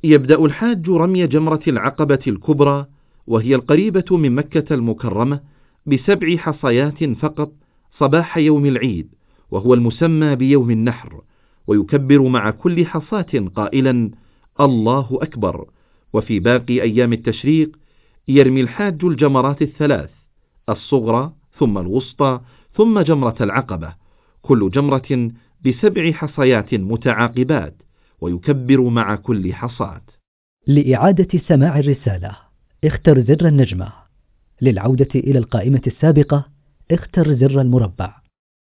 يبدأ الحاج رمي جمرة العقبة الكبرى وهي القريبة من مكة المكرمة ب7 حصيات فقط صباح يوم العيد، وهو المسمى بيوم النحر، ويكبر مع كل حصاة قائلا الله أكبر. وفي باقي أيام التشريق يرمي الحاج الجمرات الثلاث، الصغرى ثم الوسطى ثم جمرة العقبة، كل جمرة ب7 حصيات متعاقبات، ويكبر مع كل حصاة. لإعادة سماع الرسالة اختر زر النجمة. للعودة إلى القائمة السابقة اختر زر المربع.